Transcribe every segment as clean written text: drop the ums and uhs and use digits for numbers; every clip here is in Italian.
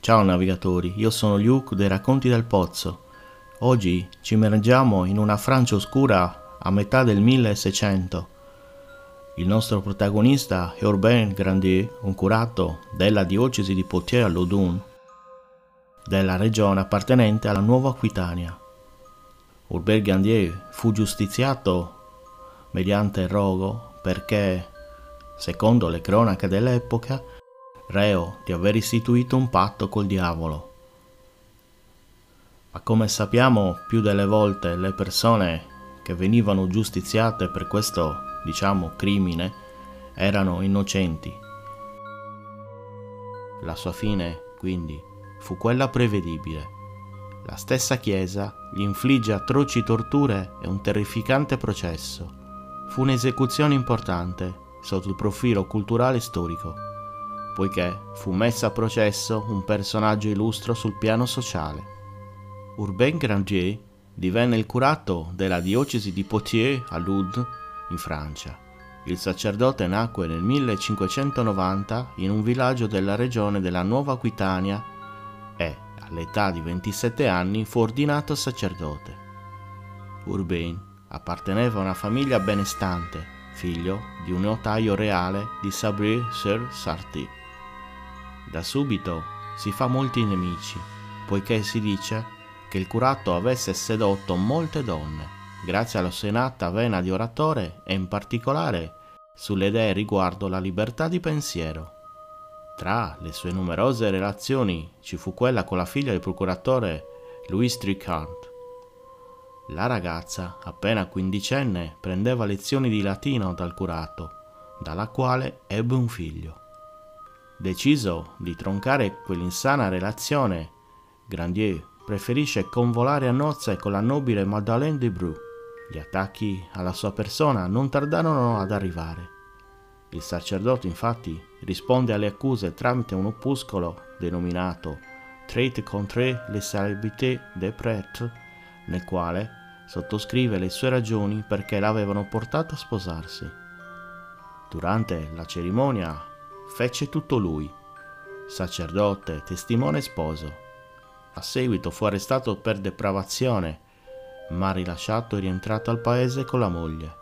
Ciao navigatori, io sono Luke dei Racconti del Pozzo. Oggi ci immergiamo in una Francia oscura a metà del 1600. Il nostro protagonista è Urbain Grandier, un curato della diocesi di Poitiers-Laudun, della regione appartenente alla Nuova Aquitania. Urbain Grandier fu giustiziato mediante rogo perché, secondo le cronache dell'epoca, reo di aver istituito un patto col diavolo. Ma come sappiamo, più delle volte le persone che venivano giustiziate per questo, crimine, erano innocenti. La sua fine, quindi, fu quella prevedibile. La stessa Chiesa gli infligge atroci torture e un terrificante processo. Fu un'esecuzione importante sotto il profilo culturale e storico, poiché fu messo a processo un personaggio illustro sul piano sociale. Urbain Grandier divenne il curato della diocesi di Poitiers-Laudun in Francia. Il sacerdote nacque nel 1590 in un villaggio della regione della Nuova Aquitania e, all'età di 27 anni, fu ordinato sacerdote. Urbain apparteneva a una famiglia benestante, figlio di un notaio reale di Sablé-sur-Sarthe. Da subito si fa molti nemici, poiché si dice che il curato avesse sedotto molte donne, grazie alla sua innata vena di oratore e in particolare sulle idee riguardo la libertà di pensiero. Tra le sue numerose relazioni ci fu quella con la figlia del procuratore Louis Tricart. La ragazza, appena quindicenne, prendeva lezioni di latino dal curato, dalla quale ebbe un figlio. Deciso di troncare quell'insana relazione, Grandier preferisce convolare a nozze con la nobile Madeleine de Bru. Gli attacchi alla sua persona non tardarono ad arrivare. Il sacerdote infatti risponde alle accuse tramite un opuscolo denominato Traité contre les célébrités des prêtres, nel quale sottoscrive le sue ragioni perché l'avevano portato a sposarsi. Durante la cerimonia fece tutto lui, sacerdote, testimone e sposo. A seguito fu arrestato per depravazione, ma rilasciato e rientrato al paese con la moglie.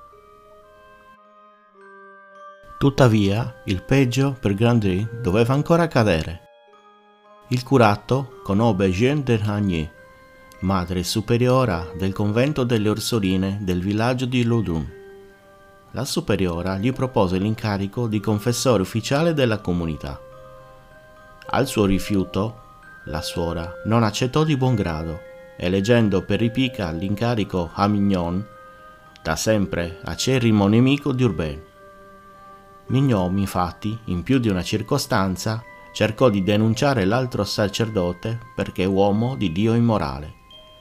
Tuttavia, il peggio per Grandier doveva ancora accadere. Il curato conobbe Jeanne de Hagny, madre superiora del convento delle Orsoline del villaggio di Laudun. La superiora gli propose l'incarico di confessore ufficiale della comunità. Al suo rifiuto, la suora non accettò di buon grado, eleggendo per ripicca l'incarico a Mignon, da sempre acerrimo nemico di Urbain. Mignon, infatti, in più di una circostanza, cercò di denunciare l'altro sacerdote perché uomo di Dio immorale.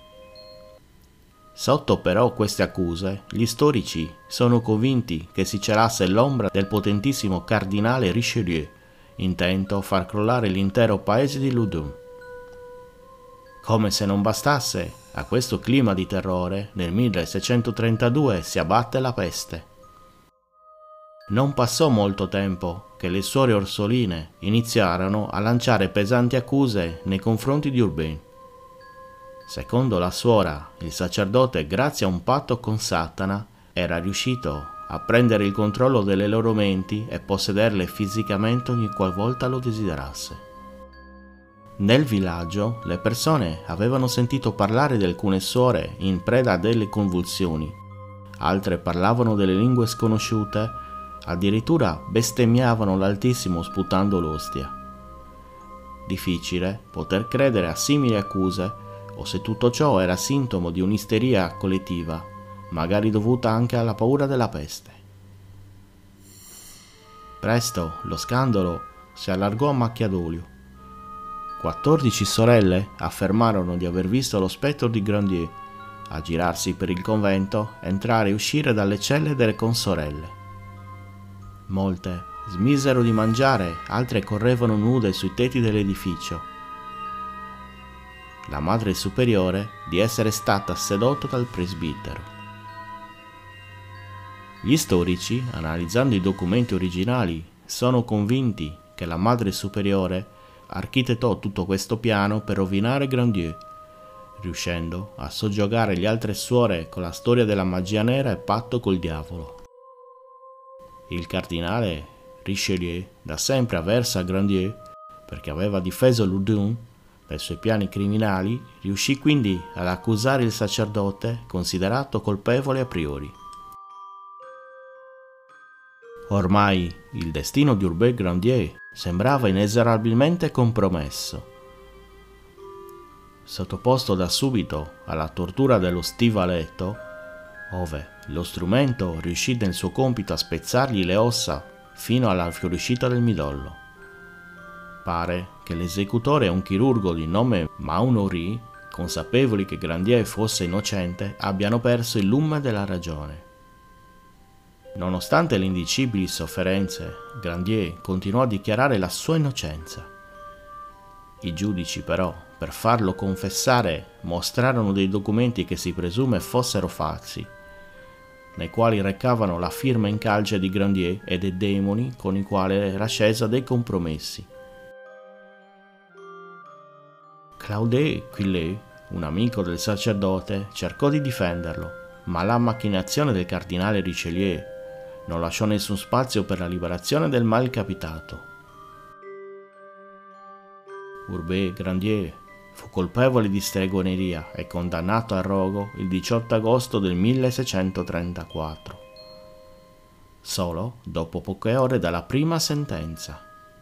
Sotto però queste accuse, gli storici sono convinti che si celasse l'ombra del potentissimo cardinale Richelieu, intento a far crollare l'intero paese di Laudun. Come se non bastasse, a questo clima di terrore, nel 1632 si abbatte la peste. Non passò molto tempo che le suore orsoline iniziarono a lanciare pesanti accuse nei confronti di Urbain. Secondo la suora, il sacerdote, grazie a un patto con Satana, era riuscito a prendere il controllo delle loro menti e possederle fisicamente ogni qualvolta lo desiderasse. Nel villaggio le persone avevano sentito parlare di alcune suore in preda a delle convulsioni, altre parlavano delle lingue sconosciute, addirittura bestemmiavano l'Altissimo sputando l'ostia. Difficile poter credere a simili accuse o se tutto ciò era sintomo di un'isteria collettiva, magari dovuta anche alla paura della peste. Presto lo scandalo si allargò a macchia d'olio. 14 sorelle affermarono di aver visto lo spettro di Grandier aggirarsi per il convento, entrare e uscire dalle celle delle consorelle. Molte smisero di mangiare, altre correvano nude sui tetti dell'edificio. La madre superiore di essere stata sedotta dal presbitero. Gli storici, analizzando i documenti originali, sono convinti che la madre superiore architettò tutto questo piano per rovinare Grandier, riuscendo a soggiogare le altre suore con la storia della magia nera e patto col diavolo. Il cardinale Richelieu da sempre avversa a Grandier, perché aveva difeso Loudun dai suoi piani criminali, riuscì quindi ad accusare il sacerdote considerato colpevole a priori. Ormai il destino di Urbé Grandier sembrava inesorabilmente compromesso. Sottoposto da subito alla tortura dello stivaletto, ove lo strumento riuscì nel suo compito a spezzargli le ossa fino alla fuoriuscita del midollo. Pare che l'esecutore, un chirurgo di nome Maunoury, consapevoli che Grandier fosse innocente, abbiano perso il lume della ragione. Nonostante le indicibili sofferenze, Grandier continuò a dichiarare la sua innocenza. I giudici, però, per farlo confessare, mostrarono dei documenti che si presume fossero falsi, nei quali recavano la firma in calce di Grandier e dei demoni con i quali era scesa dei compromessi. Claude Quillet, un amico del sacerdote, cercò di difenderlo, ma la macchinazione del cardinale Richelieu non lasciò nessun spazio per la liberazione del malcapitato. Urbé Grandier fu colpevole di stregoneria e condannato al rogo il 18 agosto del 1634, solo dopo poche ore dalla prima sentenza.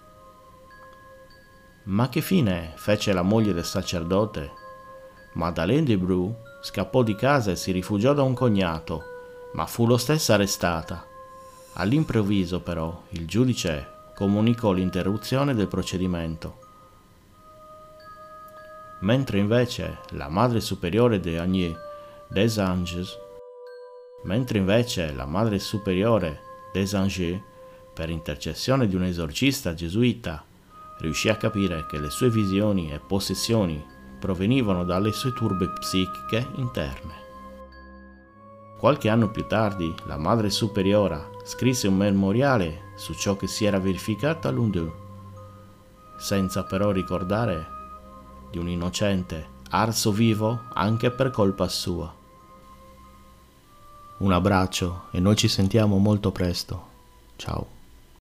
Ma che fine fece la moglie del sacerdote? Madeleine de Bru scappò di casa e si rifugiò da un cognato, ma fu lo stesso arrestata. All'improvviso, però, il giudice comunicò l'interruzione del procedimento, mentre invece la madre superiore de Agnès des Anges, per intercessione di un esorcista gesuita, riuscì a capire che le sue visioni e possessioni provenivano dalle sue turbe psichiche interne. Qualche anno più tardi, la madre superiora scrisse un memoriale su ciò che si era verificato a Loudun, senza però ricordare di un innocente arso vivo anche per colpa sua. Un abbraccio e noi ci sentiamo molto presto. Ciao.